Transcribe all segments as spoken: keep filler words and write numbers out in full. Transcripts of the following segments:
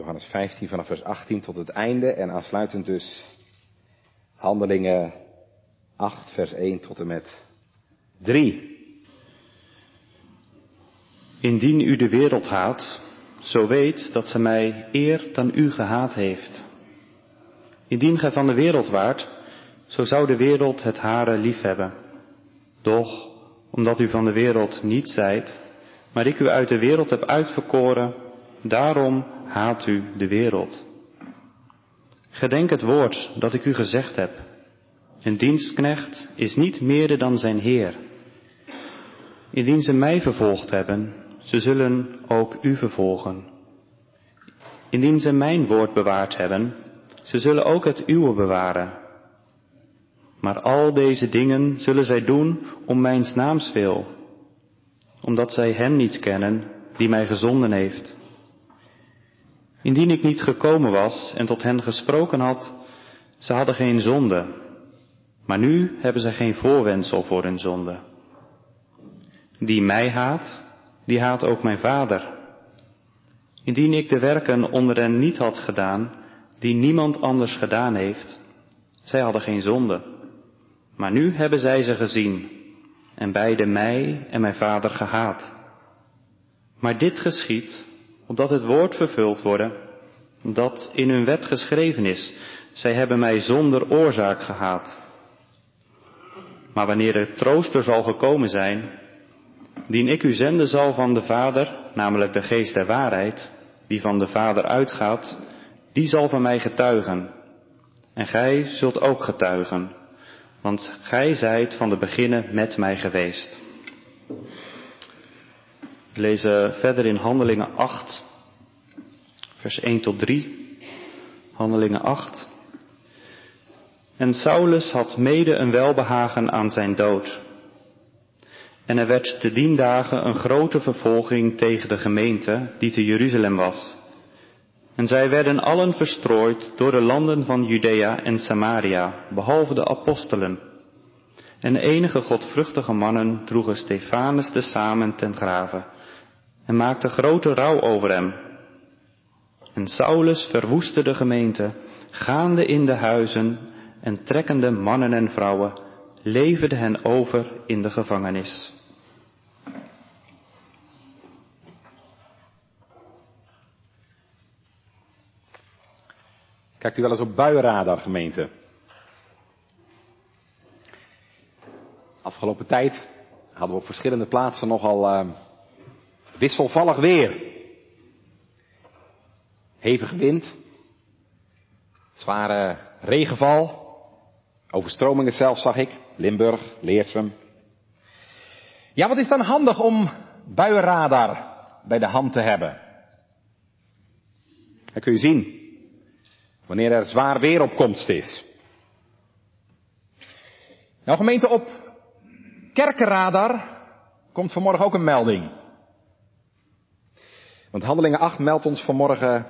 Johannes vijftien vanaf vers achttien tot het einde en aansluitend dus Handelingen acht vers één tot en met drie. Indien u de wereld haat, zo weet dat ze mij eer dan u gehaat heeft. Indien gij van de wereld waart, zo zou de wereld het hare liefhebben. Doch, omdat u van de wereld niet zijt, maar ik u uit de wereld heb uitverkoren, daarom haat u de wereld. Gedenk het woord dat ik u gezegd heb. Een dienstknecht is niet meerder dan zijn Heer. Indien ze mij vervolgd hebben, ze zullen ook u vervolgen. Indien ze mijn woord bewaard hebben, ze zullen ook het uwe bewaren. Maar al deze dingen zullen zij doen om mijns naams wil, omdat zij hem niet kennen die mij gezonden heeft. Indien ik niet gekomen was en tot hen gesproken had, ze hadden geen zonde, maar nu hebben zij geen voorwendsel voor hun zonde. Die mij haat, die haat ook mijn Vader. Indien ik de werken onder hen niet had gedaan, die niemand anders gedaan heeft, zij hadden geen zonde. Maar nu hebben zij ze gezien, en beide mij en mijn Vader gehaat. Maar dit geschiedt, opdat het woord vervuld worden, dat in hun wet geschreven is, zij hebben mij zonder oorzaak gehaat. Maar wanneer de trooster zal gekomen zijn, dien ik u zenden zal van de Vader, namelijk de geest der waarheid, die van de Vader uitgaat, die zal van mij getuigen. En gij zult ook getuigen, want gij zijt van de beginnen met mij geweest. We lezen verder in Handelingen acht, vers één tot drie. Handelingen acht. En Saulus had mede een welbehagen aan zijn dood. En er werd te dien dagen een grote vervolging tegen de gemeente die te Jeruzalem was. En zij werden allen verstrooid door de landen van Judea en Samaria, behalve de apostelen. En enige godvruchtige mannen droegen Stefanus tezamen ten grave en maakten grote rouw over hem. En Saulus verwoestte de gemeente, gaande in de huizen en trekkende mannen en vrouwen, leverde hen over in de gevangenis. Kijkt u wel eens op buienradar, gemeente? Afgelopen tijd hadden we op verschillende plaatsen nogal uh, wisselvallig weer. Hevige wind, zware regenval, overstromingen zelfs zag ik, Limburg, Leersum. Ja, wat is dan handig om buienradar bij de hand te hebben? Dan kun je zien wanneer er zwaar weer op komst is. Nou gemeente, op kerkenradar komt vanmorgen ook een melding. Want Handelingen acht meldt ons vanmorgen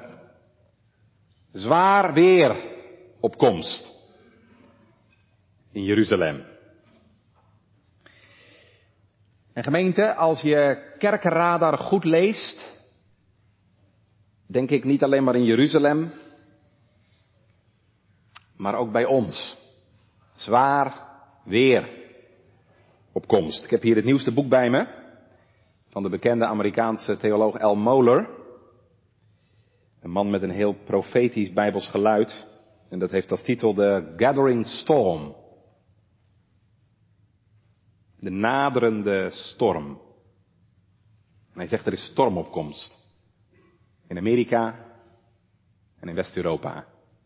zwaar weer op komst in Jeruzalem. En gemeente, als je kerkenradar goed leest, denk ik niet alleen maar in Jeruzalem, maar ook bij ons. Zwaar weer op komst. Ik heb hier het nieuwste boek bij me, van de bekende Amerikaanse theoloog Al Mohler. Een man met een heel profetisch bijbels geluid. En dat heeft als titel The Gathering Storm. De naderende storm. En hij zegt er is stormopkomst. In Amerika en in West-Europa.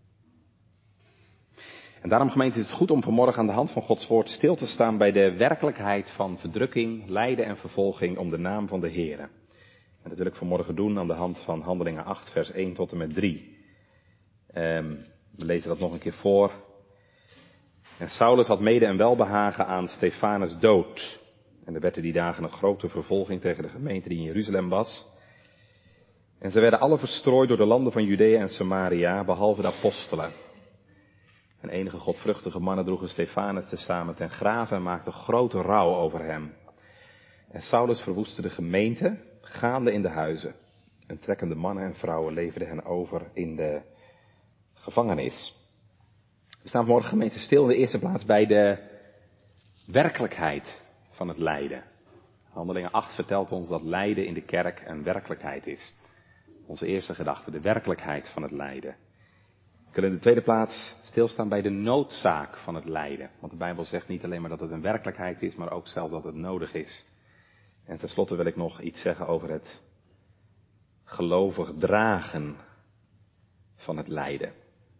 En daarom, gemeente, is het goed om vanmorgen aan de hand van Gods woord stil te staan bij de werkelijkheid van verdrukking, lijden en vervolging om de naam van de Heere. En dat wil ik vanmorgen doen aan de hand van Handelingen acht, vers één tot en met drie. Um, we lezen dat nog een keer voor. En Saulus had mede een welbehagen aan Stefanus dood. En er werd in die dagen een grote vervolging tegen de gemeente die in Jeruzalem was. En ze werden alle verstrooid door de landen van Judea en Samaria, behalve de apostelen. En enige godvruchtige mannen droegen Stefanus tezamen ten grave en maakten grote rouw over hem. En Saulus verwoestte de gemeente, gaande in de huizen. en trekkende mannen en vrouwen leverden hen over in de gevangenis. We staan vanmorgen gemeente stil in de eerste plaats bij de werkelijkheid van het lijden. Handelingen acht vertelt ons dat lijden in de kerk een werkelijkheid is. Onze eerste gedachte, de werkelijkheid van het lijden. We kunnen in de tweede plaats stilstaan bij de noodzaak van het lijden. Want de Bijbel zegt niet alleen maar dat het een werkelijkheid is, maar ook zelfs dat het nodig is. En tenslotte wil ik nog iets zeggen over het gelovig dragen van het lijden.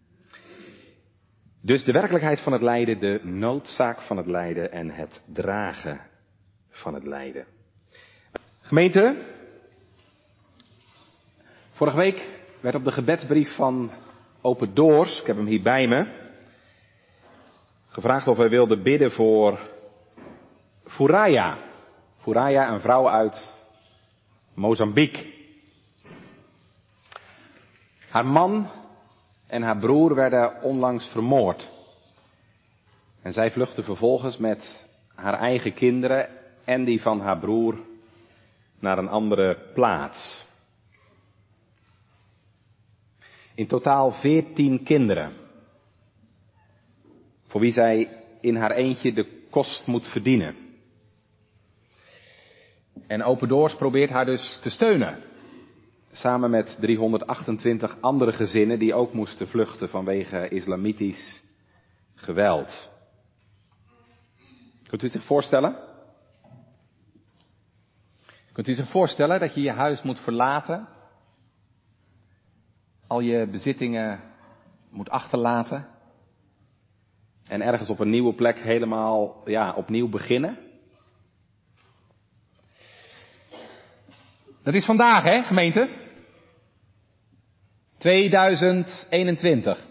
Dus de werkelijkheid van het lijden, de noodzaak van het lijden en het dragen van het lijden. Gemeente, vorige week werd op de gebedsbrief van Open Doors, ik heb hem hier bij me, gevraagd of wij wilden bidden voor Furaya. Furaya, een vrouw uit Mozambique. Haar man en haar broer werden onlangs vermoord. En zij vluchtte vervolgens met haar eigen kinderen en die van haar broer naar een andere plaats. In totaal veertien kinderen, voor wie zij in haar eentje de kost moet verdienen. En Open Doors probeert haar dus te steunen. Samen met driehonderdachtentwintig andere gezinnen die ook moesten vluchten vanwege islamitisch geweld. Kunt u zich voorstellen? Kunt u zich voorstellen dat je je huis moet verlaten? Al je bezittingen moet achterlaten? En ergens op een nieuwe plek helemaal, ja, opnieuw beginnen? Dat is vandaag, hè, gemeente? tweeduizend eenentwintig.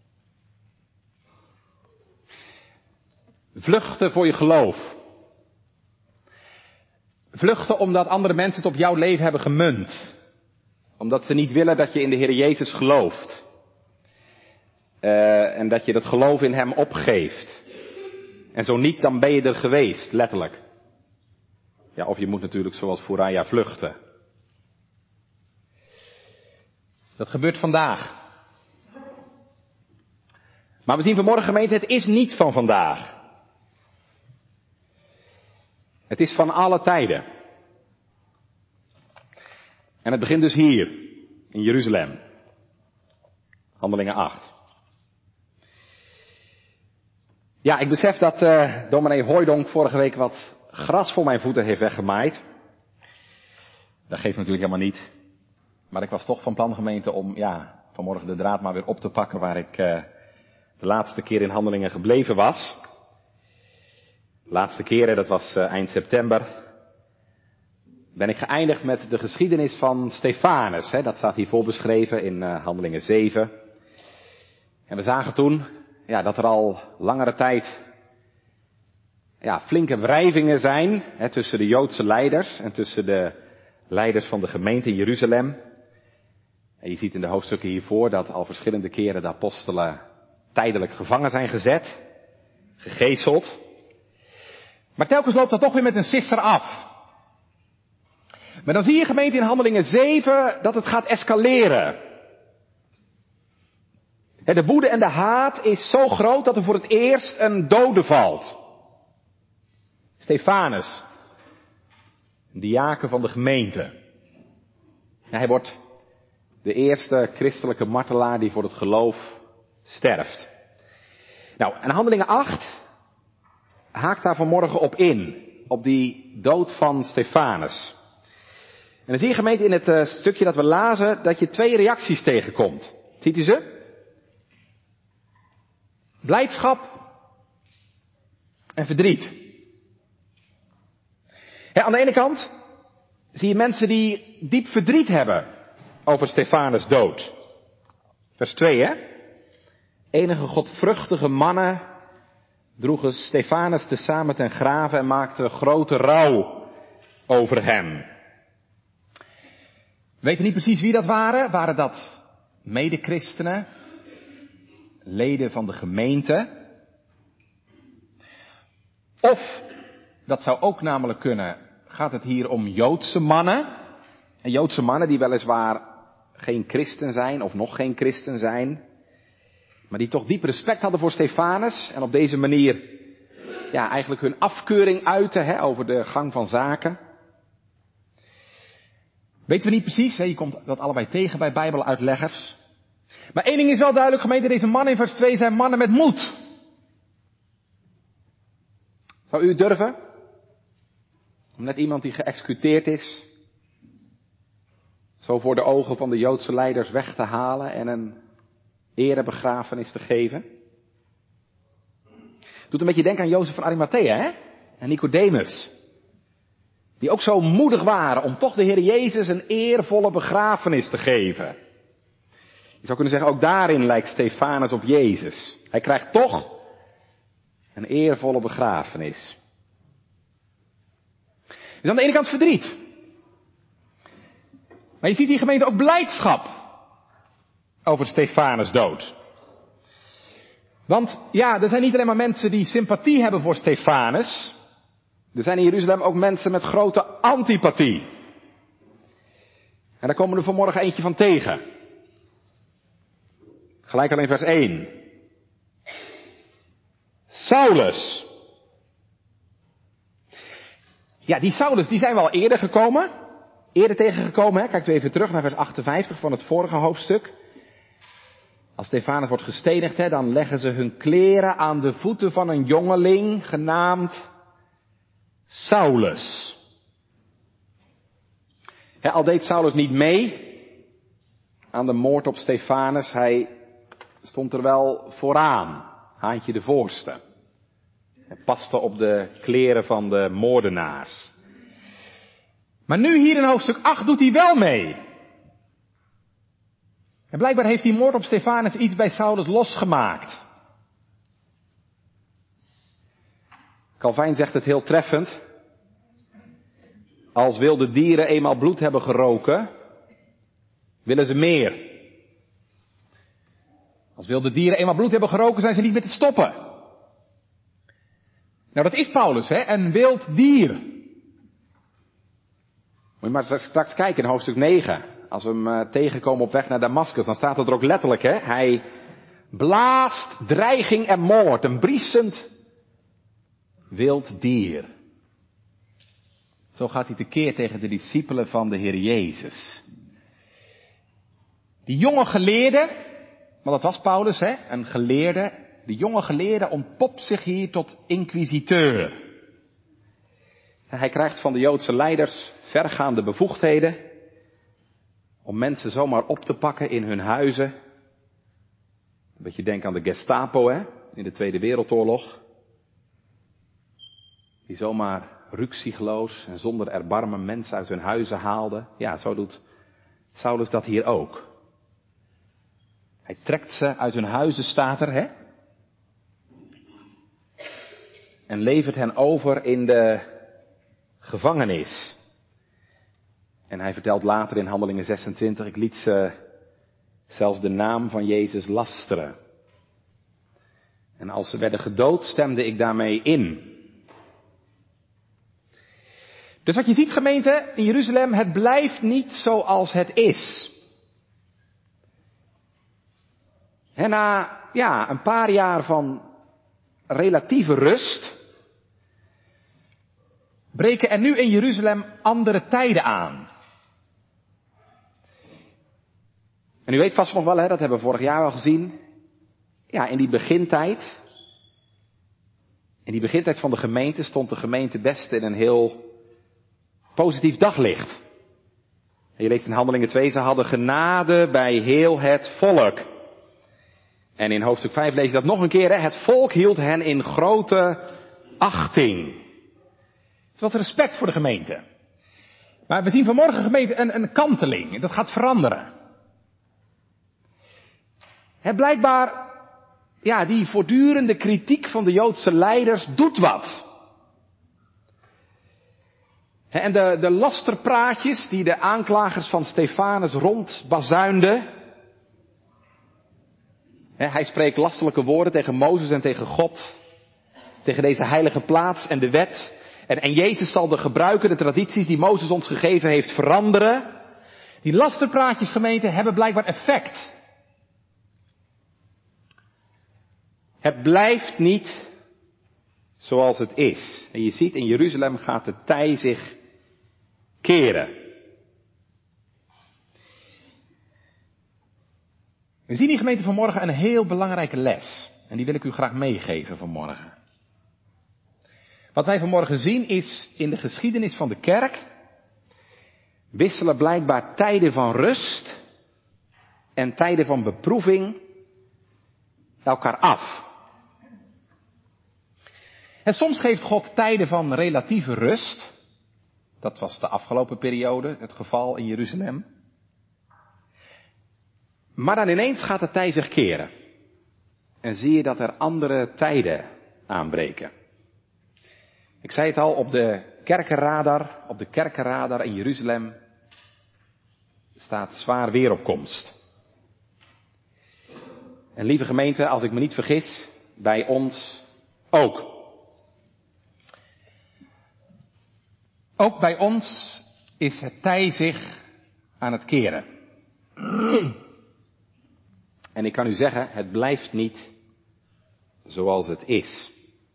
Vluchten voor je geloof. Vluchten omdat andere mensen het op jouw leven hebben gemunt. Omdat ze niet willen dat je in de Heer Jezus gelooft. Uh, en dat je dat geloof in Hem opgeeft. En zo niet, dan ben je er geweest, letterlijk. Ja, of je moet natuurlijk zoals Furaya vluchten. Dat gebeurt vandaag. Maar we zien vanmorgen, gemeente, het is niet van vandaag. Het is van alle tijden. En het begint dus hier, in Jeruzalem. Handelingen acht. Ja, ik besef dat uh, dominee Hooijdonk vorige week wat gras voor mijn voeten heeft weggemaaid. Dat geeft natuurlijk helemaal niet. Maar ik was toch van plan, gemeente, om ja, vanmorgen de draad maar weer op te pakken waar ik uh, de laatste keer in Handelingen gebleven was. De laatste keer, dat was uh, eind september, ben ik geëindigd met de geschiedenis van Stefanus. Hè, dat staat hier voorbeschreven in uh, Handelingen zeven. En we zagen toen ja, dat er al langere tijd ja, flinke wrijvingen zijn hè, tussen de Joodse leiders en tussen de leiders van de gemeente in Jeruzalem. En je ziet in de hoofdstukken hiervoor dat al verschillende keren de apostelen tijdelijk gevangen zijn gezet, gegezeld. Maar telkens loopt dat toch weer met een sisser af. Maar dan zie je, gemeente, in Handelingen zeven dat het gaat escaleren. De woede en de haat is zo groot dat er voor het eerst een dode valt. Stefanus, een diaken van de gemeente. Hij wordt de eerste christelijke martelaar die voor het geloof sterft. Nou, en Handelingen acht haakt daar vanmorgen op in. Op die dood van Stefanus. En dan zie je, gemeente, in het uh, stukje dat we lazen, dat je twee reacties tegenkomt. Ziet u ze? Blijdschap en verdriet. He, aan de ene kant zie je mensen die diep verdriet hebben over Stefanus' dood. Vers twee, hè? Enige godvruchtige mannen droegen Stefanus tezamen ten grave en maakten grote rouw over hem. We weten niet precies wie dat waren. Waren dat medechristenen? Leden van de gemeente? Of, dat zou ook namelijk kunnen, gaat het hier om Joodse mannen? En Joodse mannen die weliswaar geen christen zijn of nog geen christen zijn, maar die toch diep respect hadden voor Stefanus en op deze manier ja, eigenlijk hun afkeuring uiten hè, over de gang van zaken. Weten we niet precies, hè? Je komt dat allebei tegen bij bijbeluitleggers. Maar één ding is wel duidelijk, gemeente, deze mannen in vers twee zijn mannen met moed. Zou u het durven? Om net iemand die geëxecuteerd is, zo voor de ogen van de Joodse leiders weg te halen en een erebegrafenis te geven? Doet een beetje denken aan Jozef van Arimathea, hè? En Nicodemus. Die ook zo moedig waren om toch de Heer Jezus een eervolle begrafenis te geven. Je zou kunnen zeggen, ook daarin lijkt Stefanus op Jezus. Hij krijgt toch een eervolle begrafenis. Dus aan de ene kant verdriet. Maar je ziet die gemeente ook blijdschap over Stefanus' dood. Want ja, er zijn niet alleen maar mensen die sympathie hebben voor Stefanus. Er zijn in Jeruzalem ook mensen met grote antipathie. En daar komen we er vanmorgen eentje van tegen. Gelijk al in vers één. Saulus. Ja, die Saulus, die zijn we al eerder gekomen. Eerder tegengekomen, hè. Kijkt u even terug naar vers achtenvijftig van het vorige hoofdstuk. Als Stefanus wordt gestenigd, hè, dan leggen ze hun kleren aan de voeten van een jongeling genaamd Saulus. Hè, al deed Saulus niet mee aan de moord op Stefanus, hij stond er wel vooraan, haantje de voorste. Hij paste op de kleren van de moordenaars. Maar nu hier in hoofdstuk acht doet hij wel mee. En blijkbaar heeft die moord op Stefanus iets bij Saulus losgemaakt. Calvijn zegt het heel treffend. Als wilde dieren eenmaal bloed hebben geroken, willen ze meer. Als wilde dieren eenmaal bloed hebben geroken, zijn ze niet meer te stoppen. Nou, dat is Paulus, hè, een wild dier. Moet je maar straks kijken in hoofdstuk negen. Als we hem uh, tegenkomen op weg naar Damascus, dan staat het er ook letterlijk, hè. Hij blaast dreiging en moord, een briesend wild dier. Zo gaat hij tekeer tegen de discipelen van de Heer Jezus. Die jonge geleerde, want dat was Paulus, hè, een geleerde. Die jonge geleerde ontpopt zich hier tot inquisiteur. Hij krijgt van de Joodse leiders vergaande bevoegdheden om mensen zomaar op te pakken in hun huizen. Een beetje denken aan de Gestapo, hè, in de Tweede Wereldoorlog. Die zomaar ruksigloos en zonder erbarmen mensen uit hun huizen haalde. Ja, zo doet Saulus dat hier ook. Hij trekt ze uit hun huizen, staat er, hè. En levert hen over in de gevangenis. En hij vertelt later in Handelingen zesentwintig, ik liet ze zelfs de naam van Jezus lasteren. En als ze werden gedood, stemde ik daarmee in. Dus wat je ziet, gemeente, in Jeruzalem, het blijft niet zoals het is. En na ja, een paar jaar van relatieve rust breken er nu in Jeruzalem andere tijden aan. En u weet vast nog wel, hè, dat hebben we vorig jaar al gezien. Ja, in die begintijd, in die begintijd van de gemeente stond de gemeente best in een heel positief daglicht. En je leest in Handelingen twee, ze hadden genade bij heel het volk. En in hoofdstuk vijf lees je dat nog een keer, hè? Het volk hield hen in grote achting. Het was respect voor de gemeente. Maar we zien vanmorgen, gemeente, een, een kanteling. Dat gaat veranderen. He, blijkbaar, ja, die voortdurende kritiek van de Joodse leiders doet wat. He, en de, de lasterpraatjes die de aanklagers van Stefanus rondbazuinden. He, hij spreekt lastelijke woorden tegen Mozes en tegen God. Tegen deze heilige plaats en de wet. En, en Jezus zal de gebruiken, de tradities die Mozes ons gegeven heeft, veranderen. Die lasterpraatjes, gemeente, hebben blijkbaar effect. Het blijft niet zoals het is. En je ziet, in Jeruzalem gaat de tij zich keren. We zien in gemeente vanmorgen een heel belangrijke les. En die wil ik u graag meegeven vanmorgen. Wat wij vanmorgen zien is, in de geschiedenis van de kerk wisselen blijkbaar tijden van rust en tijden van beproeving elkaar af. En soms geeft God tijden van relatieve rust. Dat was de afgelopen periode het geval in Jeruzalem. Maar dan ineens gaat de tij zich keren. En zie je dat er andere tijden aanbreken. Ik zei het al, op de kerkenradar, op de kerkenradar in Jeruzalem staat zwaar weer op komst. En lieve gemeente, als ik me niet vergis, bij ons ook. Ook bij ons is het tij zich aan het keren. En ik kan u zeggen, het blijft niet zoals het is.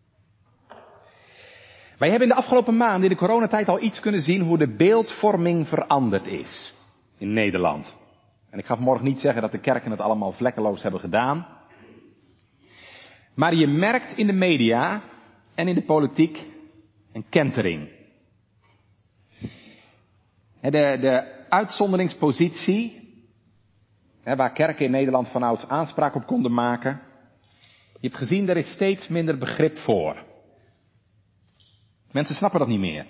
Wij hebben in de afgelopen maanden, in de coronatijd, al iets kunnen zien hoe de beeldvorming veranderd is in Nederland. En ik ga vanmorgen niet zeggen dat de kerken het allemaal vlekkeloos hebben gedaan. Maar je merkt in de media en in de politiek een kentering. De, de uitzonderingspositie, waar kerken in Nederland vanouds aanspraak op konden maken. Je hebt gezien, er is steeds minder begrip voor. Mensen snappen dat niet meer.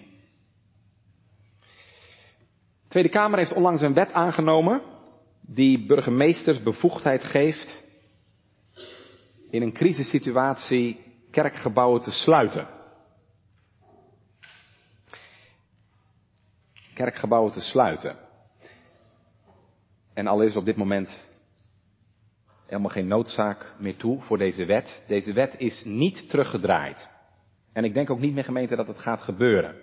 De Tweede Kamer heeft onlangs een wet aangenomen die burgemeesters bevoegdheid geeft in een crisissituatie kerkgebouwen te sluiten. Kerkgebouwen te sluiten. En al is op dit moment helemaal geen noodzaak meer toe voor deze wet. Deze wet is niet teruggedraaid. En ik denk ook niet meer, gemeente, dat het gaat gebeuren.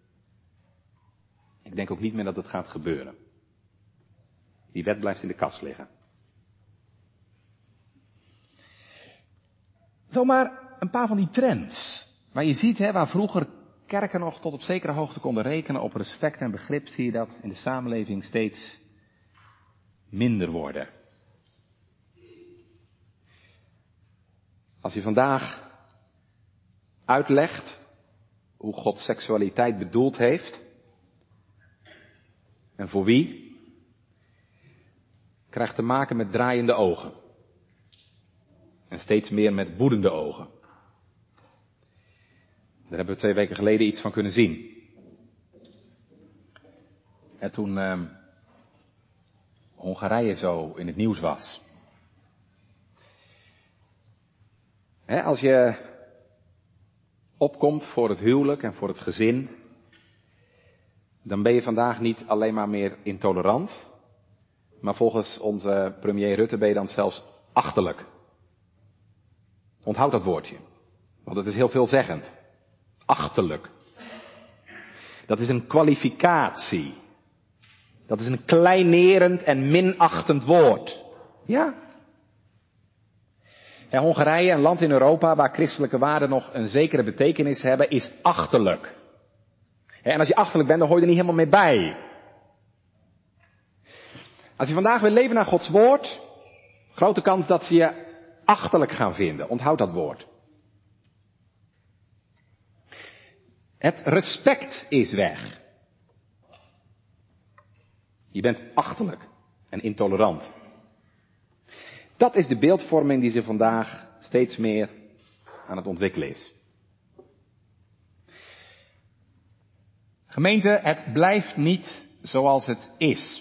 Ik denk ook niet meer dat het gaat gebeuren. Die wet blijft in de kast liggen. Zomaar een paar van die trends. Waar je ziet, hè, waar vroeger kerken nog tot op zekere hoogte konden rekenen op respect en begrip, zie je dat in de samenleving steeds minder worden. Als je vandaag uitlegt hoe God seksualiteit bedoeld heeft en voor wie, krijgt te maken met draaiende ogen. En steeds meer met woedende ogen. Daar hebben we twee weken geleden iets van kunnen zien. En toen uh, Hongarije zo in het nieuws was. Hè, als je opkomt voor het huwelijk en voor het gezin, dan ben je vandaag niet alleen maar meer intolerant, maar volgens onze premier Rutte ben je dan zelfs achterlijk. Onthoud dat woordje, want het is heel veelzeggend. Achterlijk. Dat is een kwalificatie. Dat is een kleinerend en minachtend woord. Ja. En Hongarije, een land in Europa waar christelijke waarden nog een zekere betekenis hebben, is achterlijk. En als je achterlijk bent, dan hoor je er niet helemaal mee bij. Als je vandaag wil leven naar Gods woord, grote kans dat ze je achterlijk gaan vinden. Onthoud dat woord. Het respect is weg. Je bent achterlijk en intolerant. Dat is de beeldvorming die ze vandaag steeds meer aan het ontwikkelen is. Gemeente, het blijft niet zoals het is.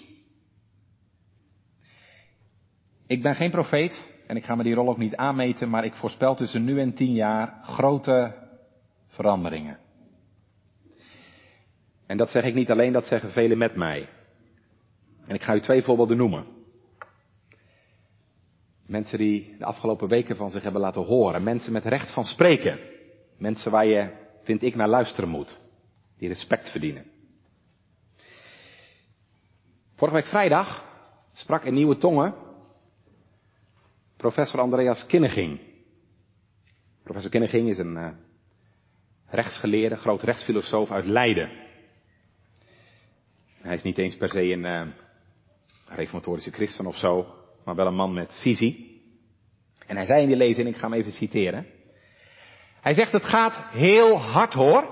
Ik ben geen profeet en ik ga me die rol ook niet aanmeten, maar ik voorspel tussen nu en tien jaar grote veranderingen. En dat zeg ik niet alleen, dat zeggen velen met mij. En ik ga u twee voorbeelden noemen. Mensen die de afgelopen weken van zich hebben laten horen. Mensen met recht van spreken. Mensen waar je, vind ik, naar luisteren moet. Die respect verdienen. Vorige week vrijdag sprak in Nieuwe Tongen professor Andreas Kinneging. Professor Kinneging is een uh, rechtsgeleerde, groot rechtsfilosoof uit Leiden. Hij is niet eens per se een uh, reformatorische christen of zo, maar wel een man met visie. En hij zei in die lezing, ik ga hem even citeren. Hij zegt, het gaat heel hard hoor.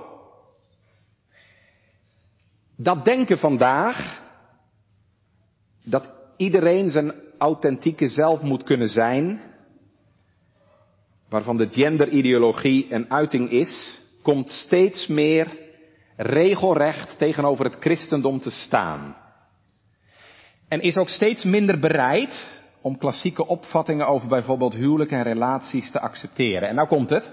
Dat denken vandaag, dat iedereen zijn authentieke zelf moet kunnen zijn, waarvan de genderideologie een uiting is, komt steeds meer regelrecht tegenover het christendom te staan. En is ook steeds minder bereid om klassieke opvattingen over bijvoorbeeld huwelijk en relaties te accepteren. En nou komt het.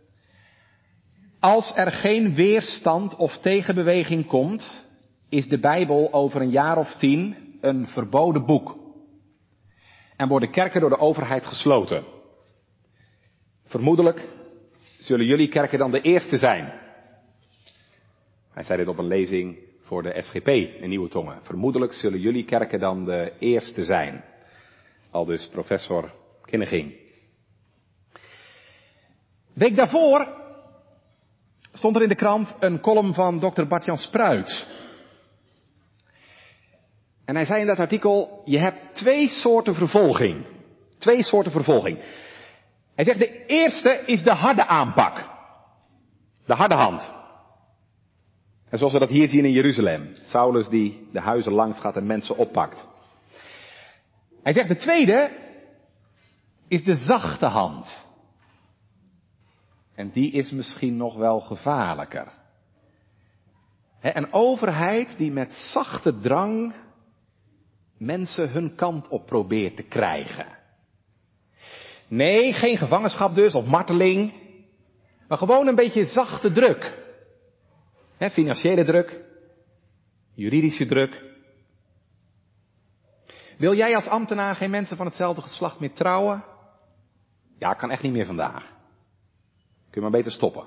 Als er geen weerstand of tegenbeweging komt, is de Bijbel over een jaar of tien een verboden boek. En worden kerken door de overheid gesloten. Vermoedelijk zullen jullie kerken dan de eerste zijn. Hij zei dit op een lezing voor de S G P in Nieuwe Tongen. Vermoedelijk zullen jullie kerken dan de eerste zijn. Aldus professor Kinneging. Week daarvoor stond er in de krant een column van dokter Bart-Jan Spruits. En hij zei in dat artikel, je hebt twee soorten vervolging. Twee soorten vervolging. Hij zegt, de eerste is de harde aanpak. De harde hand. En zoals we dat hier zien in Jeruzalem. Saulus die de huizen langs gaat en mensen oppakt. Hij zegt, de tweede is de zachte hand. En die is misschien nog wel gevaarlijker. He, een overheid die met zachte drang mensen hun kant op probeert te krijgen. Nee, geen gevangenschap dus, of marteling. Maar gewoon een beetje zachte druk. He, financiële druk. Juridische druk. Wil jij als ambtenaar geen mensen van hetzelfde geslacht meer trouwen? Ja, kan echt niet meer vandaag. Kun je maar beter stoppen.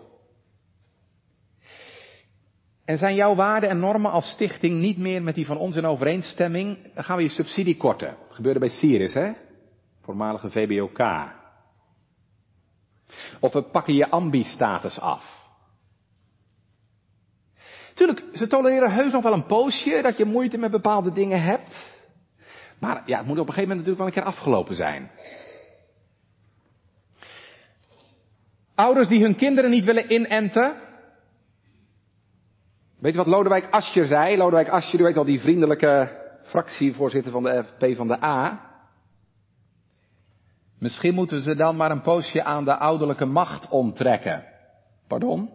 En zijn jouw waarden en normen als stichting niet meer met die van ons in overeenstemming? Dan gaan we je subsidie korten. Dat gebeurde bij Sirius, hè? Voormalige V B O K. Of we pakken je ambi-status af. Tuurlijk, ze tolereren heus nog wel een poosje dat je moeite met bepaalde dingen hebt. Maar ja, het moet op een gegeven moment natuurlijk wel een keer afgelopen zijn. Ouders die hun kinderen niet willen inenten. Weet je wat Lodewijk Asscher zei? Lodewijk Asscher, u weet wel, die vriendelijke fractievoorzitter van de P van de A. Misschien moeten ze dan maar een poosje aan de ouderlijke macht onttrekken. Pardon?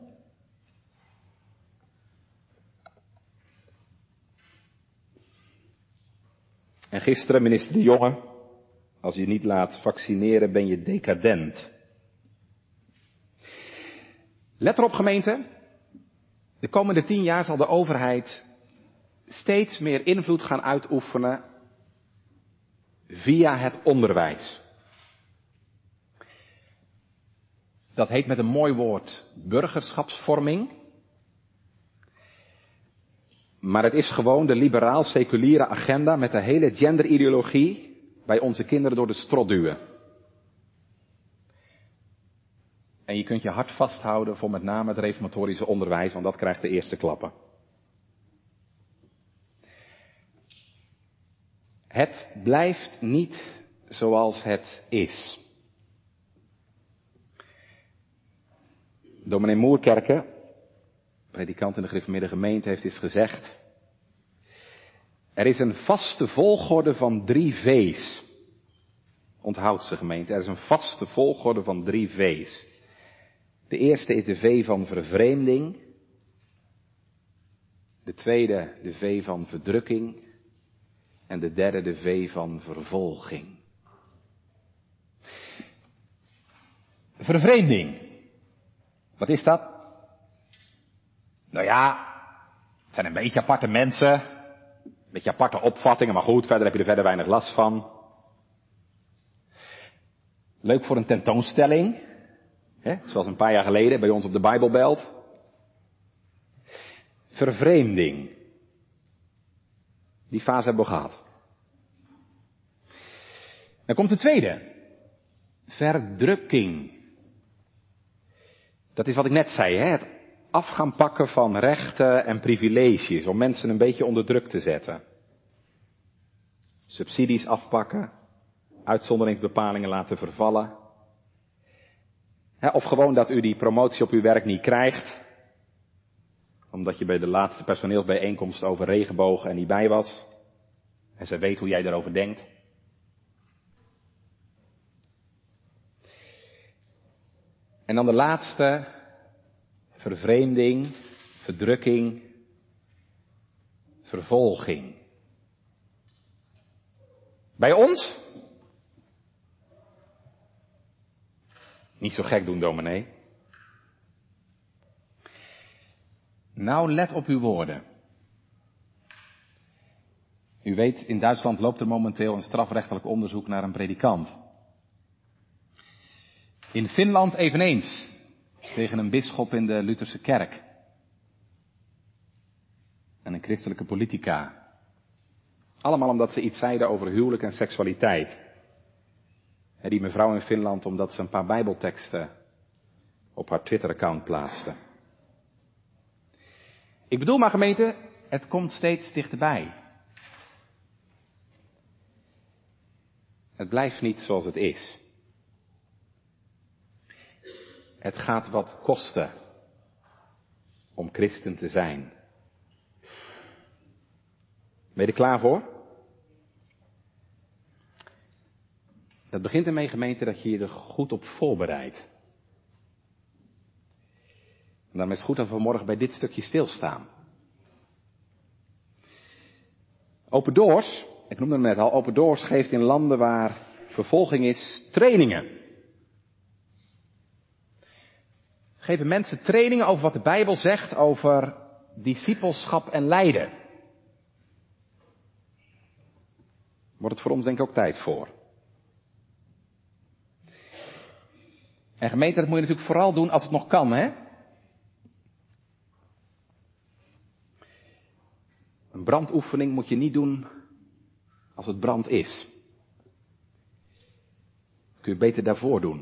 En gisteren, minister De Jonge, als je niet laat vaccineren ben je decadent. Let erop gemeente, de komende tien jaar zal de overheid steeds meer invloed gaan uitoefenen via het onderwijs. Dat heet met een mooi woord burgerschapsvorming. Maar het is gewoon de liberaal-seculiere agenda met de hele genderideologie bij onze kinderen door de strot duwen. En je kunt je hart vasthouden voor met name het reformatorische onderwijs, want dat krijgt de eerste klappen. Het blijft niet zoals het is. Dominee Moerkerke, predikant in de gereformeerde gemeente, heeft eens gezegd: er is een vaste volgorde van drie V's. Onthoud ze gemeente, er is een vaste volgorde van drie V's. De eerste is de V van vervreemding. De tweede de V van verdrukking. En de derde de V van vervolging. Vervreemding. Wat is dat? Nou ja, het zijn een beetje aparte mensen. Een beetje aparte opvattingen, maar goed, verder heb je er verder weinig last van. Leuk voor een tentoonstelling. Hè? Zoals een paar jaar geleden bij ons op de Bijbelbelt. Vervreemding. Die fase hebben we gehad. Dan komt de tweede. Verdrukking. Dat is wat ik net zei, hè? Het af gaan pakken van rechten en privileges om mensen een beetje onder druk te zetten. Subsidies afpakken, uitzonderingsbepalingen laten vervallen. Hè, of gewoon dat u die promotie op uw werk niet krijgt, omdat je bij de laatste personeelsbijeenkomst over regenbogen en niet bij was. En ze weet hoe jij daarover denkt. En dan de laatste, vervreemding, verdrukking, vervolging. Bij ons? Niet zo gek doen, dominee. Nou, let op uw woorden. U weet, in Duitsland loopt er momenteel een strafrechtelijk onderzoek naar een predikant. In Finland eveneens, tegen een bisschop in de Lutherse kerk. En een christelijke politica. Allemaal omdat ze iets zeiden over huwelijk en seksualiteit. En die mevrouw in Finland omdat ze een paar bijbelteksten op haar Twitter-account plaatste. Ik bedoel maar gemeente, het komt steeds dichterbij. Het blijft niet zoals het is. Het gaat wat kosten om christen te zijn. Ben je er klaar voor? Dat begint ermee, gemeente, dat je je er goed op voorbereidt. En daarom is het goed dat we vanmorgen bij dit stukje stilstaan. Open Doors, ik noemde hem net al, Open Doors geeft in landen waar vervolging is trainingen. Geven mensen trainingen over wat de Bijbel zegt over discipelschap en lijden. Wordt het voor ons denk ik ook tijd voor. En gemeente, dat moet je natuurlijk vooral doen als het nog kan, hè? Een brandoefening moet je niet doen als het brand is. Dat kun je beter daarvoor doen.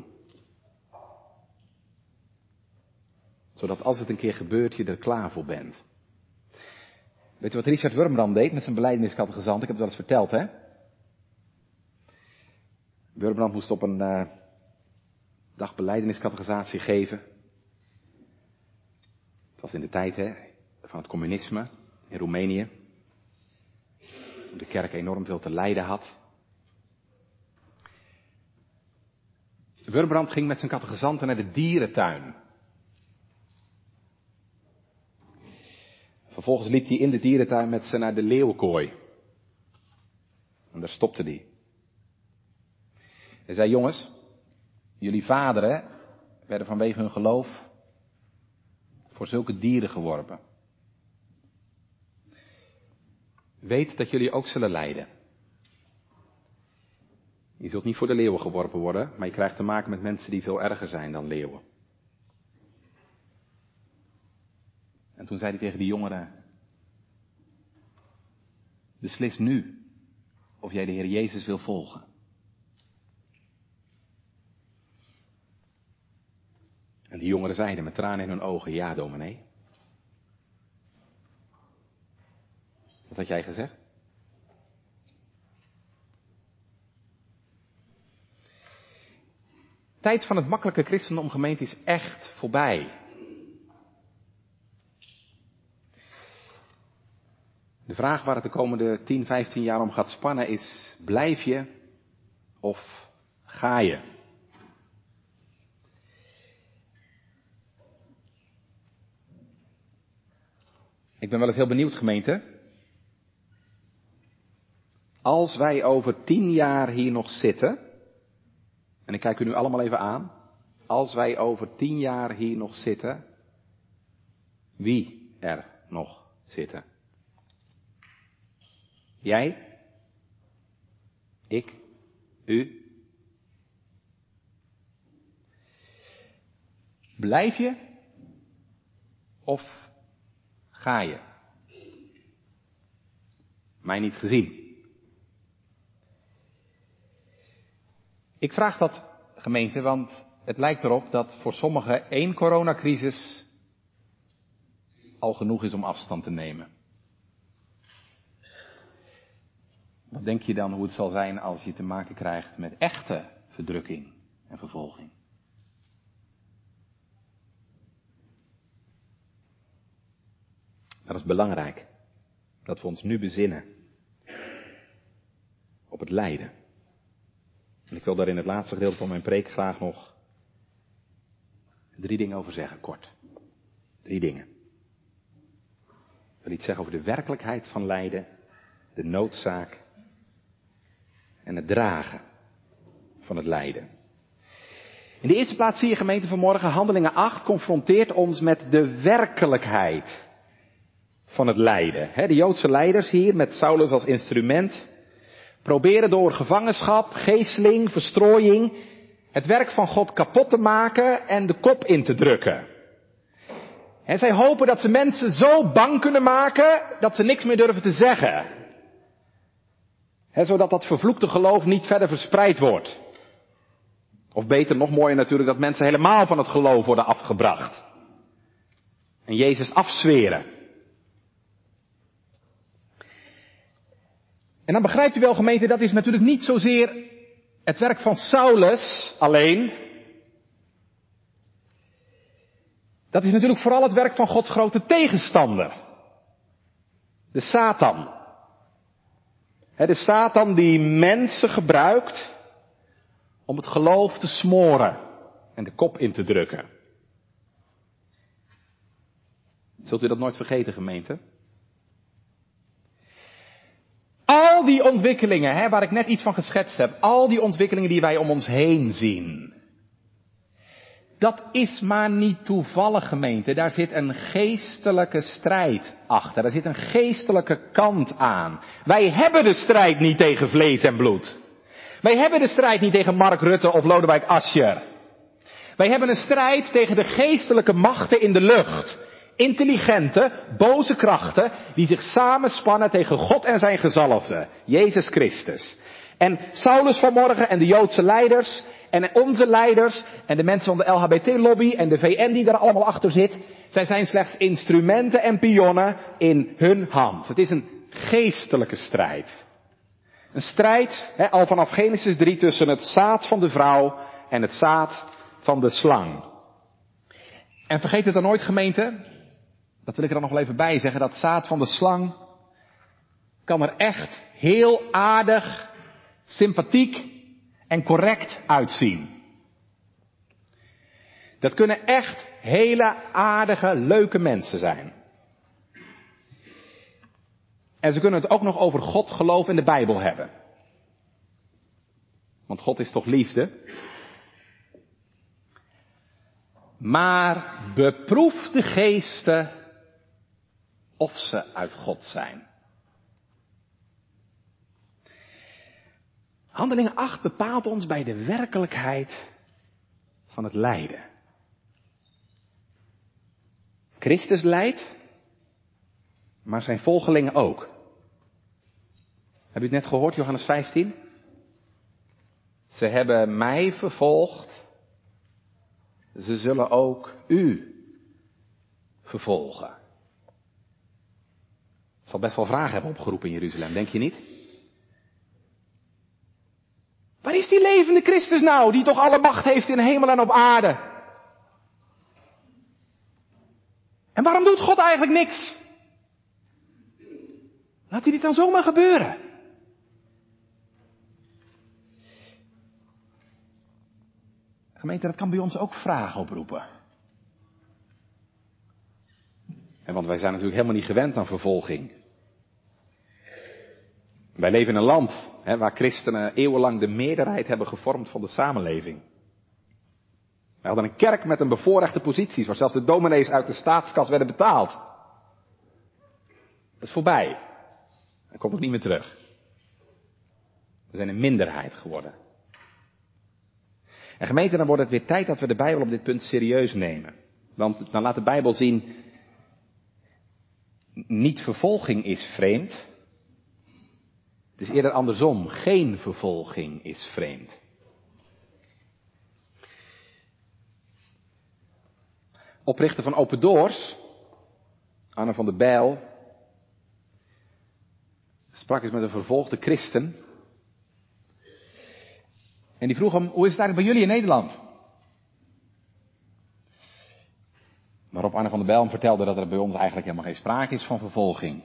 Zodat als het een keer gebeurt, je er klaar voor bent. Weet je wat Richard Wurmbrand deed met zijn belijdeniscategezant? Ik heb het wel eens verteld, hè? Wurmbrand moest op een uh, dag belijdeniscatechisatie geven. Het was in de tijd, hè, van het communisme in Roemenië. Toen de kerk enorm veel te lijden had. Wurmbrand ging met zijn catechizanten naar de dierentuin. Vervolgens liep hij in de dierentuin met ze naar de leeuwkooi. En daar stopte hij. Hij zei, jongens, jullie vaderen werden vanwege hun geloof voor zulke dieren geworpen. Weet dat jullie ook zullen lijden. Je zult niet voor de leeuwen geworpen worden, maar je krijgt te maken met mensen die veel erger zijn dan leeuwen. En toen zei hij tegen die jongeren, beslis nu of jij de Heer Jezus wil volgen. En die jongeren zeiden met tranen in hun ogen, ja dominee. Wat had jij gezegd? De tijd van het makkelijke christendom, gemeente, is echt voorbij. De vraag waar het de komende tien, vijftien jaar om gaat spannen is, blijf je of ga je? Ik ben wel eens heel benieuwd, gemeente. Als wij over tien jaar hier nog zitten, en ik kijk u nu allemaal even aan, als wij over tien jaar hier nog zitten, wie er nog zitten? Jij? Ik? U? Blijf je? Of ga je? mij niet gezien. Ik vraag dat, gemeente, want het lijkt erop dat voor sommigen één coronacrisis al genoeg is om afstand te nemen. Wat denk je dan hoe het zal zijn als je te maken krijgt met echte verdrukking en vervolging? Dat is belangrijk, dat we ons nu bezinnen op het lijden. En ik wil daar in het laatste gedeelte van mijn preek graag nog drie dingen over zeggen, kort. Drie dingen. Ik wil iets zeggen over de werkelijkheid van lijden, de noodzaak en het dragen van het lijden. In de eerste plaats zie je, gemeente, vanmorgen, Handelingen acht confronteert ons met de werkelijkheid van het lijden. De Joodse leiders hier, met Saulus als instrument, proberen door gevangenschap, geesteling, verstrooiing, het werk van God kapot te maken en de kop in te drukken. En zij hopen dat ze mensen zo bang kunnen maken dat ze niks meer durven te zeggen. He, zodat dat vervloekte geloof niet verder verspreid wordt. Of beter, nog mooier natuurlijk, dat mensen helemaal van het geloof worden afgebracht. En Jezus afzweren. En dan begrijpt u wel, gemeente, dat is natuurlijk niet zozeer het werk van Saulus alleen. Dat is natuurlijk vooral het werk van Gods grote tegenstander. De Satan. De Satan die mensen gebruikt om het geloof te smoren en de kop in te drukken. Zult u dat nooit vergeten, gemeente? Al die ontwikkelingen, hè, waar ik net iets van geschetst heb, al die ontwikkelingen die wij om ons heen zien, dat is maar niet toevallig, gemeente. Daar zit een geestelijke strijd achter. Daar zit een geestelijke kant aan. Wij hebben de strijd niet tegen vlees en bloed. Wij hebben de strijd niet tegen Mark Rutte of Lodewijk Asscher. Wij hebben een strijd tegen de geestelijke machten in de lucht. Intelligente, boze krachten die zich samenspannen tegen God en zijn gezalfde, Jezus Christus. En Saulus vanmorgen en de Joodse leiders en onze leiders en de mensen van de L H B T-lobby en de V N die daar allemaal achter zit, zij zijn slechts instrumenten en pionnen in hun hand. Het is een geestelijke strijd. Een strijd, hè, al vanaf Genesis drie, tussen het zaad van de vrouw en het zaad van de slang. En vergeet het dan nooit, gemeente, dat wil ik er dan nog wel even bij zeggen, dat zaad van de slang kan er echt heel aardig, sympathiek en correct uitzien. Dat kunnen echt hele aardige, leuke mensen zijn. En ze kunnen het ook nog over God, geloof en de Bijbel hebben. Want God is toch liefde? Maar beproef de geesten of ze uit God zijn. Handelingen acht bepaalt ons bij de werkelijkheid van het lijden. Christus lijdt, maar zijn volgelingen ook. Heb je het net gehoord, Johannes vijftien? Ze hebben mij vervolgd, ze zullen ook u vervolgen. Het zal best wel vragen hebben opgeroepen in Jeruzalem, denk je niet? Waar is die levende Christus nou, die toch alle macht heeft in hemel en op aarde? En waarom doet God eigenlijk niks? Laat hij dit dan zomaar gebeuren? Gemeente, dat kan bij ons ook vragen oproepen. En want wij zijn natuurlijk helemaal niet gewend aan vervolging. Wij leven in een land hè, waar christenen eeuwenlang de meerderheid hebben gevormd van de samenleving. Wij hadden een kerk met een bevoorrechte posities, waar zelfs de dominees uit de staatskas werden betaald. Dat is voorbij. Dat komt ook niet meer terug. We zijn een minderheid geworden. En gemeente, dan wordt het weer tijd dat we de Bijbel op dit punt serieus nemen. Want dan laat de Bijbel zien, niet vervolging is vreemd, Het is eerder andersom. Geen vervolging is vreemd. Oprichter van Open Doors, Anne van der Bijl, sprak eens met een vervolgde christen. En die vroeg hem, hoe is het eigenlijk bij jullie in Nederland? Waarop Anne van der Bijl hem vertelde dat er bij ons eigenlijk helemaal geen sprake is van vervolging.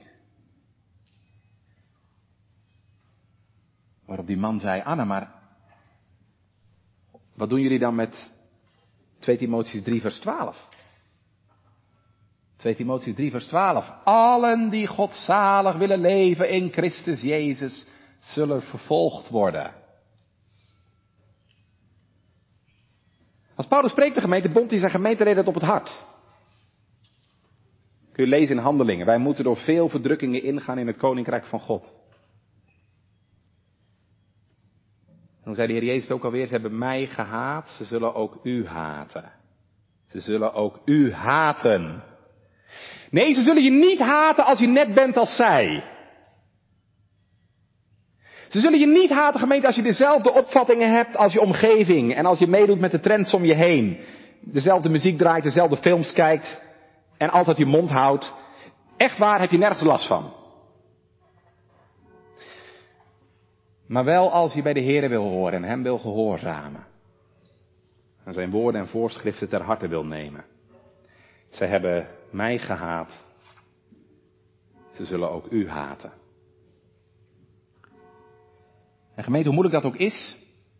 Waarop die man zei, Anne, maar wat doen jullie dan met twee Timotheüs drie vers twaalf? twee Timotheüs drie vers twaalf. Allen die godzalig willen leven in Christus Jezus zullen vervolgd worden. Als Paulus spreekt de gemeente, bond hij zijn gemeenteleden het op het hart. Kun je lezen in Handelingen. Wij moeten door veel verdrukkingen ingaan in het koninkrijk van God. En hoe zei de Heer Jezus het ook alweer? Ze hebben mij gehaat, ze zullen ook u haten. Ze zullen ook u haten. Nee, ze zullen je niet haten als je net bent als zij. Ze zullen je niet haten, gemeente, als je dezelfde opvattingen hebt als je omgeving. En als je meedoet met de trends om je heen. Dezelfde muziek draait, dezelfde films kijkt. En altijd je mond houdt. Echt waar, heb je nergens last van. Maar wel als je bij de Heere wil horen en hem wil gehoorzamen. En zijn woorden en voorschriften ter harte wil nemen. Zij hebben mij gehaat. Ze zullen ook u haten. En gemeente, hoe moeilijk dat ook is.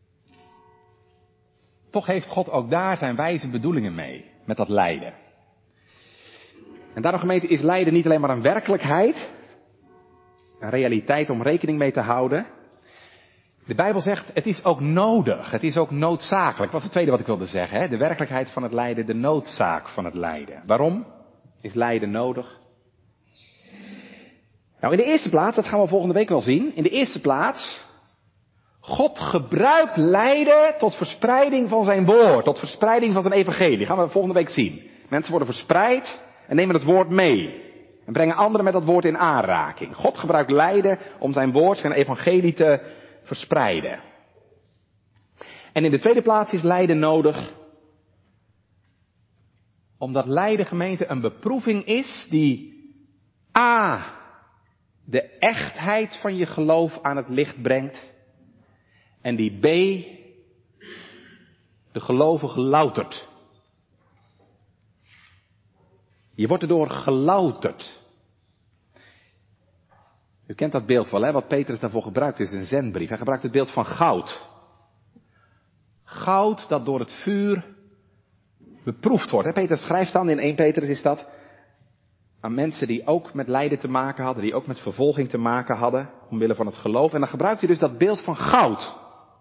Toch heeft God ook daar zijn wijze bedoelingen mee. Met dat lijden. En daarom gemeente is lijden niet alleen maar een werkelijkheid. Een realiteit om rekening mee te houden. De Bijbel zegt, het is ook nodig. Het is ook noodzakelijk. Wat is het tweede wat ik wilde zeggen? Hè? De werkelijkheid van het lijden, de noodzaak van het lijden. Waarom is lijden nodig? Nou, in de eerste plaats, dat gaan we volgende week wel zien. In de eerste plaats, God gebruikt lijden tot verspreiding van zijn woord. Tot verspreiding van zijn evangelie. Dat gaan we volgende week zien. Mensen worden verspreid en nemen het woord mee. En brengen anderen met dat woord in aanraking. God gebruikt lijden om zijn woord, zijn evangelie te verspreiden. En in de tweede plaats is lijden nodig. Omdat lijden, gemeente, een beproeving is die A, de echtheid van je geloof aan het licht brengt. En die B, de gelovige loutert. Je wordt erdoor gelouterd. U kent dat beeld wel, hè? Wat Petrus daarvoor gebruikt is een zendbrief. Hij gebruikt het beeld van goud. Goud dat door het vuur beproefd wordt. Hè? Petrus schrijft dan, in eerste Petrus is dat, aan mensen die ook met lijden te maken hadden, die ook met vervolging te maken hadden, omwille van het geloof. En dan gebruikt hij dus dat beeld van goud.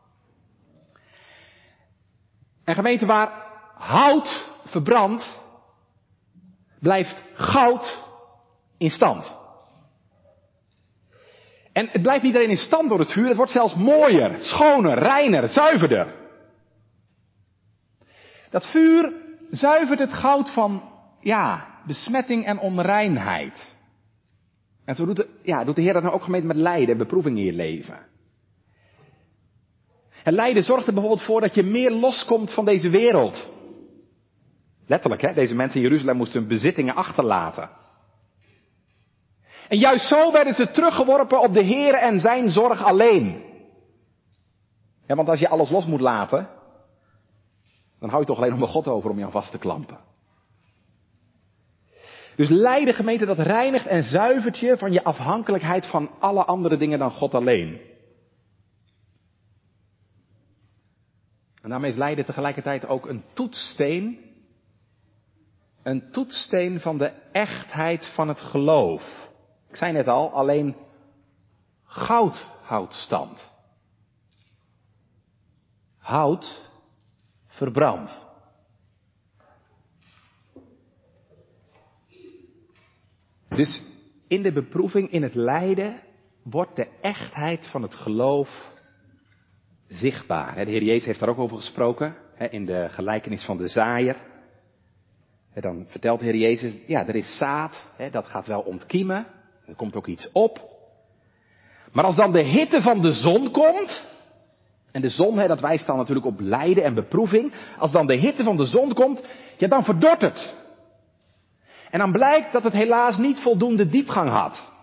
En gemeente, waar hout verbrandt, blijft goud in stand. En het blijft niet alleen in stand door het vuur, het wordt zelfs mooier, schoner, reiner, zuiverder. Dat vuur zuivert het goud van, ja, besmetting en onreinheid. En zo doet de, ja, doet de Heer dat nou ook gemeente met lijden en beproeving in je leven. En lijden zorgt er bijvoorbeeld voor dat je meer loskomt van deze wereld. Letterlijk, hè, deze mensen in Jeruzalem moesten hun bezittingen achterlaten. En juist zo werden ze teruggeworpen op de Heer en zijn zorg alleen. Ja, want als je alles los moet laten, dan hou je toch alleen nog maar God over om je aan vast te klampen. Dus lijden, gemeente, dat reinigt en zuivert je van je afhankelijkheid van alle andere dingen dan God alleen. En daarmee is lijden tegelijkertijd ook een toetssteen. Een toetssteen van de echtheid van het geloof. Ik zei net al, alleen goud houdt stand. Hout verbrandt. Dus in de beproeving, in het lijden, wordt de echtheid van het geloof zichtbaar. De Heer Jezus heeft daar ook over gesproken, in de gelijkenis van de zaaier. Dan vertelt de Heer Jezus, ja, er is zaad, dat gaat wel ontkiemen, er komt ook iets op. Maar als dan de hitte van de zon komt, en de zon, hè, dat wijst dan natuurlijk op lijden en beproeving. Als dan de hitte van de zon komt, ja, dan verdort het. En dan blijkt dat het helaas niet voldoende diepgang had.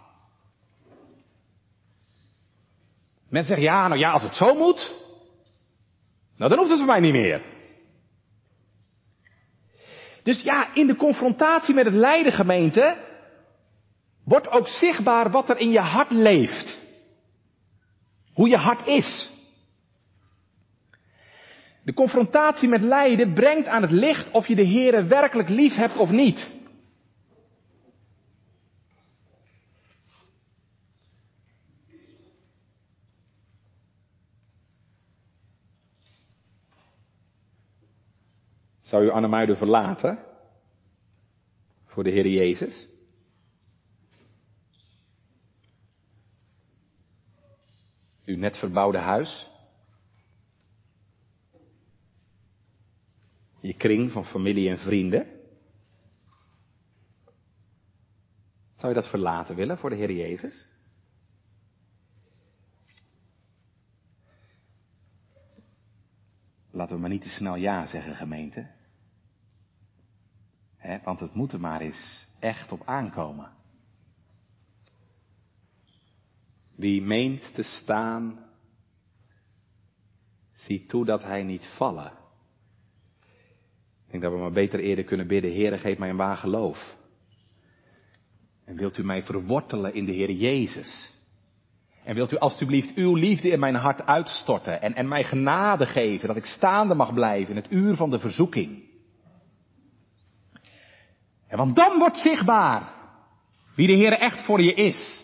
Mensen zeggen, ja, nou ja, als het zo moet, nou dan hoeft het voor mij niet meer. Dus ja, in de confrontatie met het lijden, gemeente, wordt ook zichtbaar wat er in je hart leeft. Hoe je hart is. De confrontatie met lijden brengt aan het licht of je de Heere werkelijk lief hebt of niet. Zou u Annemuiden verlaten voor de Heere Jezus? Uw net verbouwde huis? Je kring van familie en vrienden? Zou je dat verlaten willen voor de Heer Jezus? Laten we maar niet te snel ja zeggen, gemeente. He, want het moet er maar eens echt op aankomen. Wie meent te staan, ziet toe dat hij niet vallen. Ik denk dat we maar beter eerder kunnen bidden, Heere, geef mij een waar geloof. En wilt u mij verwortelen in de Heer Jezus? En wilt u alstublieft uw liefde in mijn hart uitstorten en, en mij genade geven, dat ik staande mag blijven in het uur van de verzoeking. En want dan wordt zichtbaar wie de Heer echt voor je is.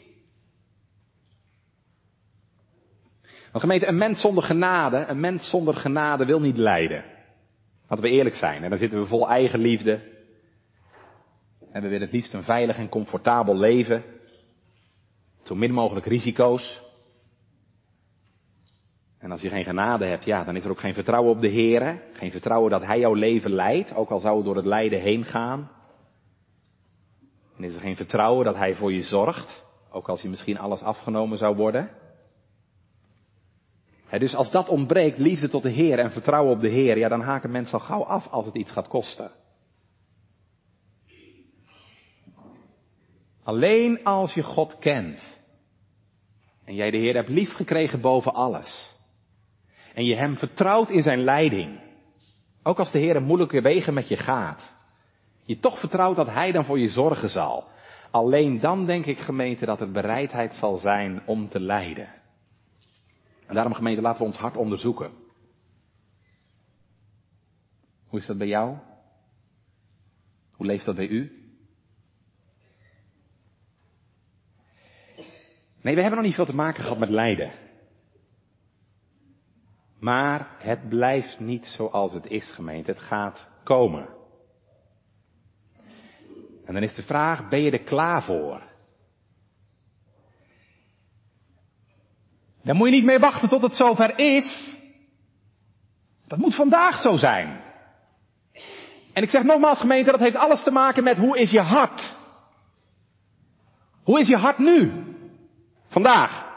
Want gemeente, een mens zonder genade, een mens zonder genade wil niet lijden. Laten we eerlijk zijn. En dan zitten we vol eigen liefde. En we willen het liefst een veilig en comfortabel leven. Zo min mogelijk risico's. En als je geen genade hebt, ja, dan is er ook geen vertrouwen op de Heer. Geen vertrouwen dat Hij jouw leven leidt, ook al zou het door het lijden heen gaan. En is er geen vertrouwen dat Hij voor je zorgt, ook als je misschien alles afgenomen zou worden. He, dus als dat ontbreekt, liefde tot de Heer en vertrouwen op de Heer, ja, dan haken mensen al gauw af als het iets gaat kosten. Alleen als je God kent en jij de Heer hebt liefgekregen boven alles en je Hem vertrouwt in zijn leiding, ook als de Heer een moeilijke wegen met je gaat, je toch vertrouwt dat Hij dan voor je zorgen zal. Alleen dan denk ik, gemeente, dat er bereidheid zal zijn om te lijden. En daarom, gemeente, laten we ons hart onderzoeken. Hoe is dat bij jou? Hoe leeft dat bij u? Nee, we hebben nog niet veel te maken gehad met lijden. Maar het blijft niet zoals het is, gemeente. Het gaat komen. En dan is de vraag, ben je er klaar voor? Dan moet je niet meer wachten tot het zover is. Dat moet vandaag zo zijn. En ik zeg nogmaals, gemeente, dat heeft alles te maken met hoe is je hart? Hoe is je hart nu? Vandaag.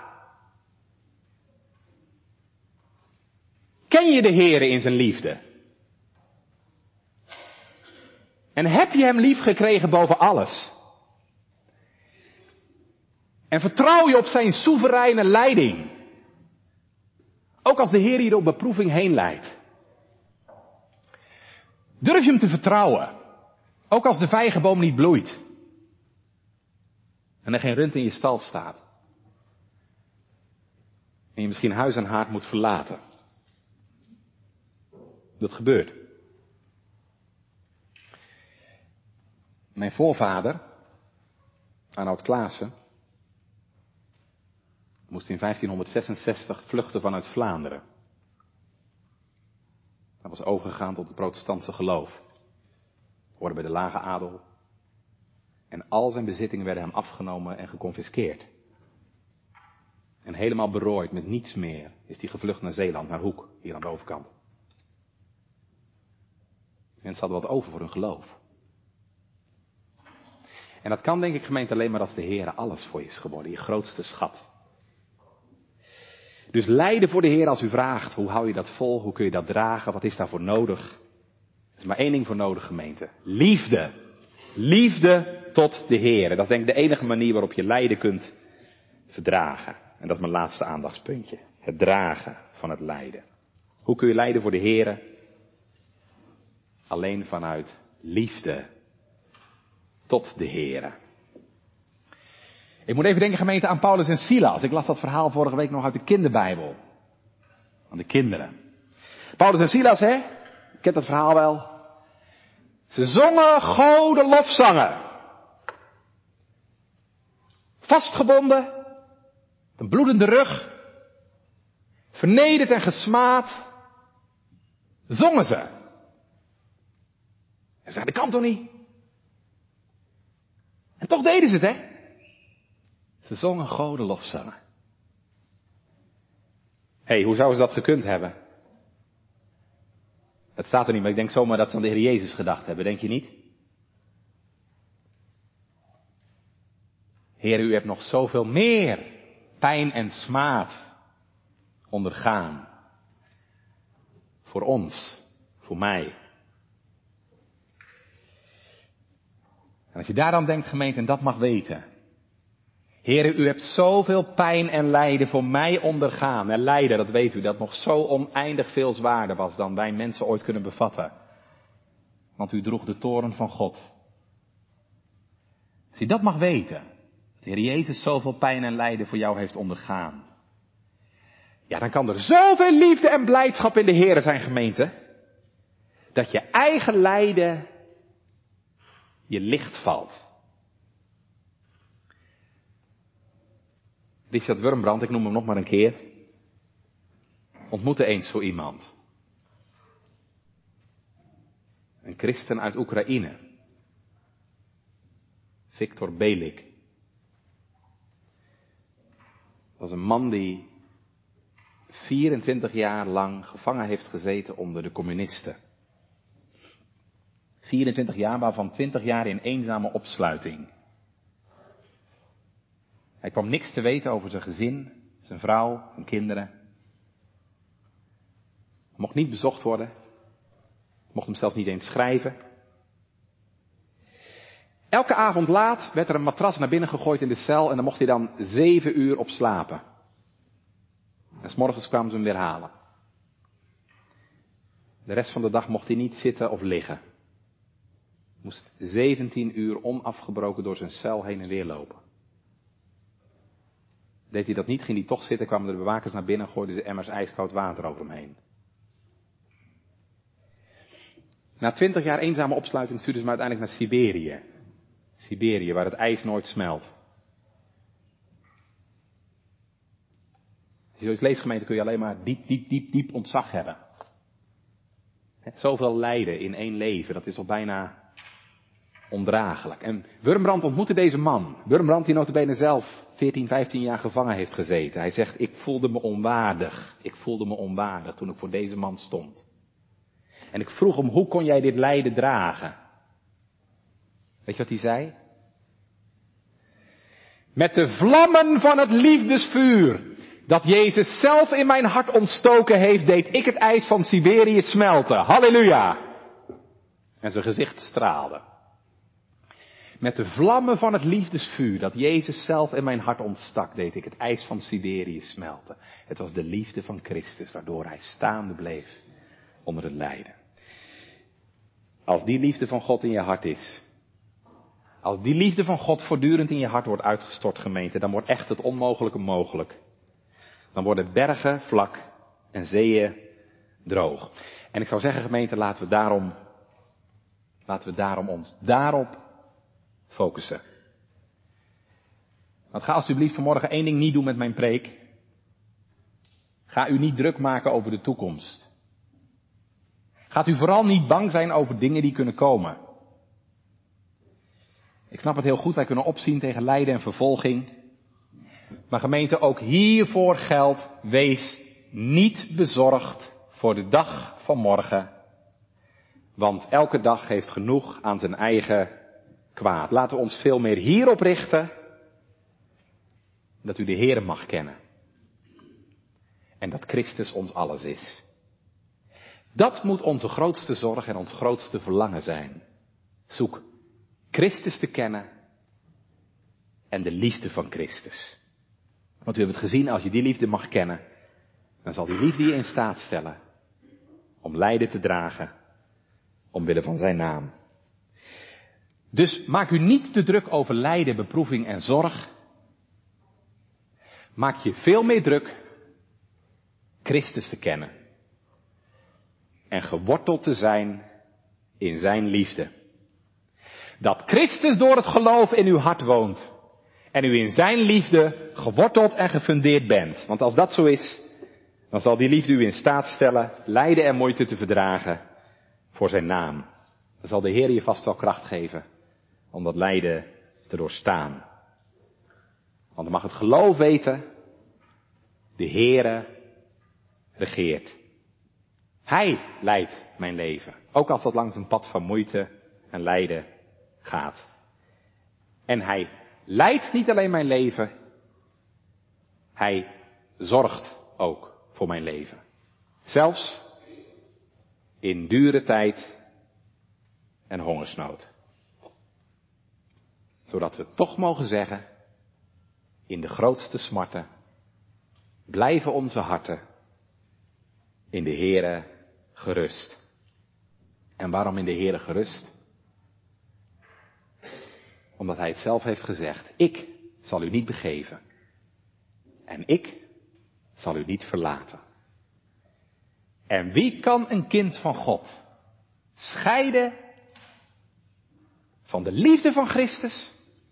Ken je de Heere in zijn liefde? En heb je hem lief gekregen boven alles? En vertrouw je op zijn soevereine leiding? Ook als de Heer hier op beproeving heen leidt. Durf je hem te vertrouwen? Ook als de vijgenboom niet bloeit. En er geen rund in je stal staat. En je misschien huis en haard moet verlaten. Dat gebeurt. Mijn voorvader, Arnoud Klaassen, moest in vijftienhonderdzesenzestig vluchten vanuit Vlaanderen. Hij was overgegaan tot het protestantse geloof. Hoorde bij de lage adel. En al zijn bezittingen werden hem afgenomen en geconfiskeerd. En helemaal berooid, met niets meer, is hij gevlucht naar Zeeland, naar Hoek, hier aan de overkant. Mensen hadden wat over voor hun geloof. En dat kan, denk ik, gemeente, alleen maar als de Heer alles voor je is geworden, je grootste schat. Dus lijden voor de Heer als u vraagt, hoe hou je dat vol? Hoe kun je dat dragen? Wat is daarvoor nodig? Er is maar één ding voor nodig, gemeente. Liefde. Liefde tot de Heer. Dat is denk ik de enige manier waarop je lijden kunt verdragen. En dat is mijn laatste aandachtspuntje. Het dragen van het lijden. Hoe kun je lijden voor de Heer? Alleen vanuit liefde tot de Heer. Ik moet even denken, gemeente, aan Paulus en Silas. Ik las dat verhaal vorige week nog uit de kinderbijbel. Aan de kinderen. Paulus en Silas, hè? Ik ken dat verhaal wel. Ze zongen goden lofzangen. Vastgebonden. Een bloedende rug. Vernederd en gesmaad. Zongen ze. En zeiden, dat kan toch niet? En toch deden ze het, hè? Ze zongen goden lofzangen. Hé, hey, hoe zouden ze dat gekund hebben? Het staat er niet, maar ik denk zomaar dat ze aan de Heer Jezus gedacht hebben, denk je niet? Heer, u hebt nog zoveel meer pijn en smaad ondergaan. Voor ons, voor mij. En als je daar dan denkt, gemeente, en dat mag weten. Heere, u hebt zoveel pijn en lijden voor mij ondergaan. En lijden, dat weet u, dat nog zo oneindig veel zwaarder was dan wij mensen ooit kunnen bevatten. Want u droeg de toorn van God. Als je dat mag weten, dat de Heer Jezus zoveel pijn en lijden voor jou heeft ondergaan. Ja, dan kan er zoveel liefde en blijdschap in de Heere zijn, gemeente. Dat je eigen lijden je licht valt. Richard Wurmbrand, ik noem hem nog maar een keer, ontmoette eens zo iemand. Een christen uit Oekraïne. Viktor Belik. Dat was een man die vierentwintig jaar lang gevangen heeft gezeten onder de communisten. vierentwintig jaar, waarvan twintig jaar in eenzame opsluiting. Hij kwam niks te weten over zijn gezin, zijn vrouw en kinderen. Mocht niet bezocht worden. Mocht hem zelfs niet eens schrijven. Elke avond laat werd er een matras naar binnen gegooid in de cel en dan mocht hij dan zeven uur op slapen. En 's morgens kwamen ze hem weer halen. De rest van de dag mocht hij niet zitten of liggen. Moest zeventien uur onafgebroken door zijn cel heen en weer lopen. Deed hij dat niet, ging hij toch zitten, kwamen de bewakers naar binnen en gooiden ze emmers ijskoud water over hem heen. Na twintig jaar eenzame opsluiting stuurden ze hem uiteindelijk naar Siberië. Siberië, waar het ijs nooit smelt. Als je zoiets leest, gemeente, kun je alleen maar diep, diep, diep, diep ontzag hebben. He, zoveel lijden in één leven, dat is toch bijna ondraaglijk. En Wurmbrand ontmoette deze man. Wurmbrand die nota bene zelf veertien, vijftien jaar gevangen heeft gezeten. Hij zegt, ik voelde me onwaardig. Ik voelde me onwaardig toen ik voor deze man stond. En ik vroeg hem, hoe kon jij dit lijden dragen? Weet je wat hij zei? Met de vlammen van het liefdesvuur dat Jezus zelf in mijn hart ontstoken heeft, deed ik het ijs van Siberië smelten. Halleluja! En zijn gezicht straalde. Met de vlammen van het liefdesvuur dat Jezus zelf in mijn hart ontstak, deed ik het ijs van Siberië smelten. Het was de liefde van Christus waardoor hij staande bleef onder het lijden. Als die liefde van God in je hart is, als die liefde van God voortdurend in je hart wordt uitgestort, gemeente, dan wordt echt het onmogelijke mogelijk. Dan worden bergen vlak en zeeën droog. En ik zou zeggen, gemeente, laten we daarom, laten we daarom ons daarop focussen. Want ga alsjeblieft vanmorgen één ding niet doen met mijn preek. Ga u niet druk maken over de toekomst. Gaat u vooral niet bang zijn over dingen die kunnen komen. Ik snap het heel goed, wij kunnen opzien tegen lijden en vervolging. Maar gemeente, ook hiervoor geldt, wees niet bezorgd voor de dag van morgen. Want elke dag heeft genoeg aan zijn eigen kwaad. Laten we ons veel meer hierop richten, dat u de Heere mag kennen. En dat Christus ons alles is. Dat moet onze grootste zorg en ons grootste verlangen zijn. Zoek Christus te kennen en de liefde van Christus. Want u hebt het gezien, als je die liefde mag kennen, dan zal die liefde je in staat stellen om lijden te dragen, omwille van zijn naam. Dus maak u niet te druk over lijden, beproeving en zorg. Maak je veel meer druk Christus te kennen. En geworteld te zijn in zijn liefde. Dat Christus door het geloof in uw hart woont. En u in zijn liefde geworteld en gefundeerd bent. Want als dat zo is, dan zal die liefde u in staat stellen lijden en moeite te verdragen voor zijn naam. Dan zal de Heer je vast wel kracht geven om dat lijden te doorstaan. Want dan mag het geloof weten, de Heere regeert. Hij leidt mijn leven, ook als dat langs een pad van moeite en lijden gaat. En hij leidt niet alleen mijn leven, hij zorgt ook voor mijn leven. Zelfs in dure tijd en hongersnood. Zodat we toch mogen zeggen, in de grootste smarten blijven onze harten in de Heere gerust. En waarom in de Heere gerust? Omdat hij het zelf heeft gezegd, ik zal u niet begeven. En ik zal u niet verlaten. En wie kan een kind van God scheiden van de liefde van Christus?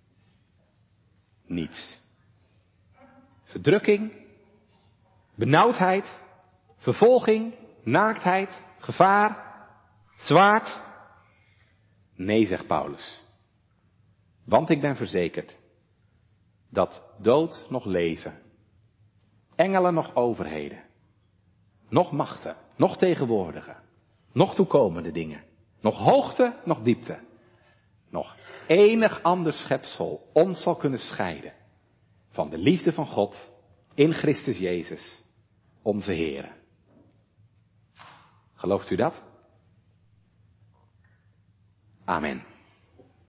Niets. Verdrukking, benauwdheid, vervolging, naaktheid, gevaar, zwaard. Nee, zegt Paulus. Want ik ben verzekerd dat dood nog leven, engelen nog overheden, nog machten, nog tegenwoordige, nog toekomende dingen, nog hoogte, nog diepte, nog enig ander schepsel ons zal kunnen scheiden van de liefde van God in Christus Jezus, onze Heere. Gelooft u dat? Amen.